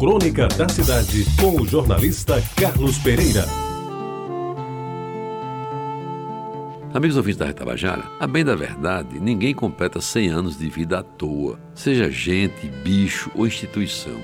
Crônica da Cidade, com o jornalista Carlos Pereira. Amigos ouvintes da Tabajara, a bem da verdade, ninguém completa 100 anos de vida à toa, seja gente, bicho ou instituição.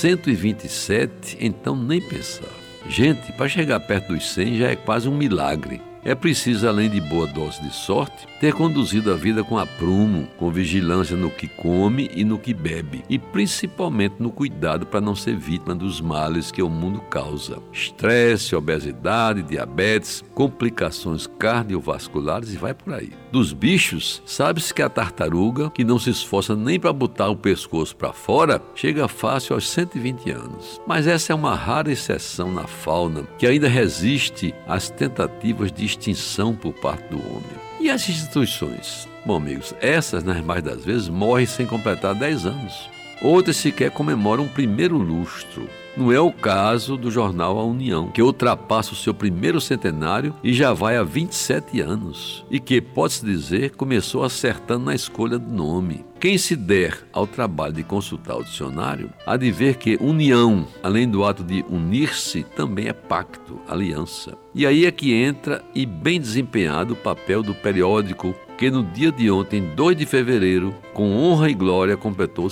127, então nem pensar. Gente, para chegar perto dos 100 já é quase um milagre. É preciso, além de boa dose de sorte, ter conduzido a vida com aprumo, com vigilância no que come e no que bebe, e principalmente no cuidado para não ser vítima dos males que o mundo causa. Estresse, obesidade, diabetes, complicações cardiovasculares e vai por aí. Dos bichos, sabe-se que a tartaruga, que não se esforça nem para botar o pescoço para fora, chega fácil aos 120 anos. Mas essa é uma rara exceção na fauna, que ainda resiste às tentativas de extinção por parte do homem. E as instituições? Bom, amigos, essas, nas mais das vezes, morrem sem completar 10 anos. Outras sequer comemoram o primeiro lustro. Não é o caso do jornal A União, que ultrapassa o seu primeiro centenário e já vai há 27 anos. E que, pode-se dizer, começou acertando na escolha do nome. Quem se der ao trabalho de consultar o dicionário, há de ver que união, além do ato de unir-se, também é pacto, aliança. E aí é que entra, e bem desempenhado, o papel do periódico, que no dia de ontem, 2 de fevereiro, com honra e glória, completou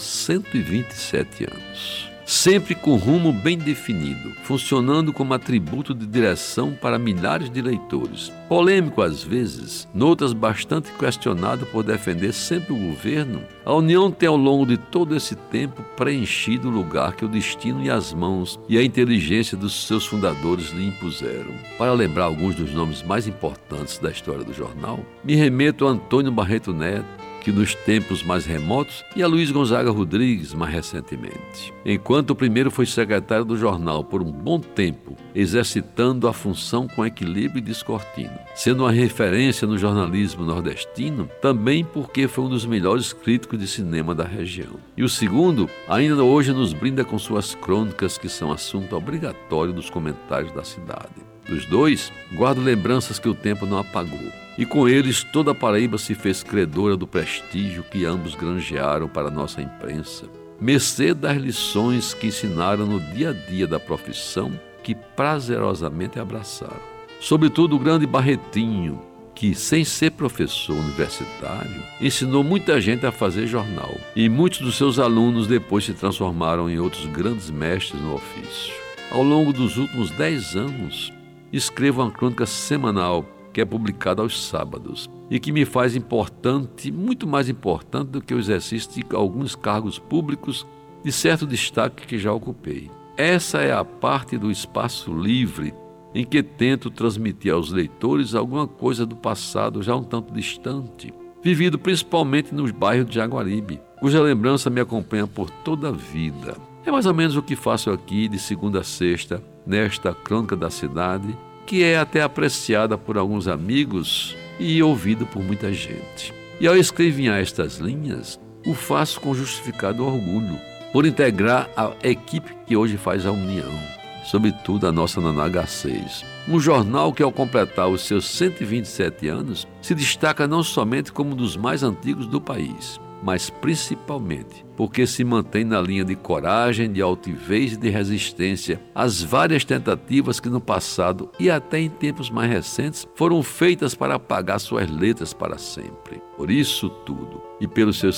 127 anos. Sempre com rumo bem definido, funcionando como atributo de direção para milhares de leitores. Polêmico às vezes, noutras bastante questionado por defender sempre o governo, a União tem ao longo de todo esse tempo preenchido o lugar que o destino e as mãos e a inteligência dos seus fundadores lhe impuseram. Para lembrar alguns dos nomes mais importantes da história do jornal, me remeto a Antônio Barreto Neto, que nos tempos mais remotos, e a Luiz Gonzaga Rodrigues, mais recentemente. Enquanto o primeiro foi secretário do jornal por um bom tempo, exercitando a função com equilíbrio e descortino, sendo uma referência no jornalismo nordestino, também porque foi um dos melhores críticos de cinema da região. E o segundo, ainda hoje nos brinda com suas crônicas, que são assunto obrigatório dos comentários da cidade. Dos dois, guardo lembranças que o tempo não apagou. E com eles toda a Paraíba se fez credora do prestígio que ambos granjearam para a nossa imprensa, mercê das lições que ensinaram no dia a dia da profissão que prazerosamente abraçaram. Sobretudo o grande Barretinho, que, sem ser professor universitário, ensinou muita gente a fazer jornal, e muitos dos seus alunos depois se transformaram em outros grandes mestres no ofício. Ao longo dos últimos 10 anos, escrevo uma crônica semanal que é publicada aos sábados e que me faz importante, muito mais importante do que o exercício de alguns cargos públicos de certo destaque que já ocupei. Essa é a parte do espaço livre em que tento transmitir aos leitores alguma coisa do passado já um tanto distante, vivido principalmente nos bairros de Jaguaribe, cuja lembrança me acompanha por toda a vida. É mais ou menos o que faço aqui de segunda a sexta, nesta Crônica da Cidade, que é até apreciada por alguns amigos e ouvida por muita gente. E ao escrevinhar estas linhas, o faço com justificado orgulho, por integrar a equipe que hoje faz a União, sobretudo a nossa Naná H6. Um jornal que, ao completar os seus 127 anos, se destaca não somente como um dos mais antigos do país, mas principalmente porque se mantém na linha de coragem, de altivez e de resistência às várias tentativas que no passado e até em tempos mais recentes foram feitas para apagar suas letras para sempre. Por isso tudo, e pelos seus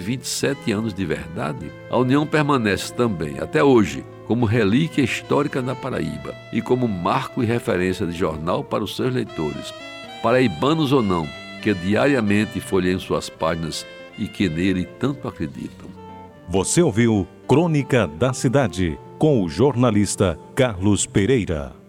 127 anos de verdade, a União permanece também, até hoje, como relíquia histórica da Paraíba e como marco e referência de jornal para os seus leitores, paraibanos ou não, que diariamente folheiam suas páginas e que nele tanto acreditam. Você ouviu Crônica da Cidade, com o jornalista Carlos Pereira.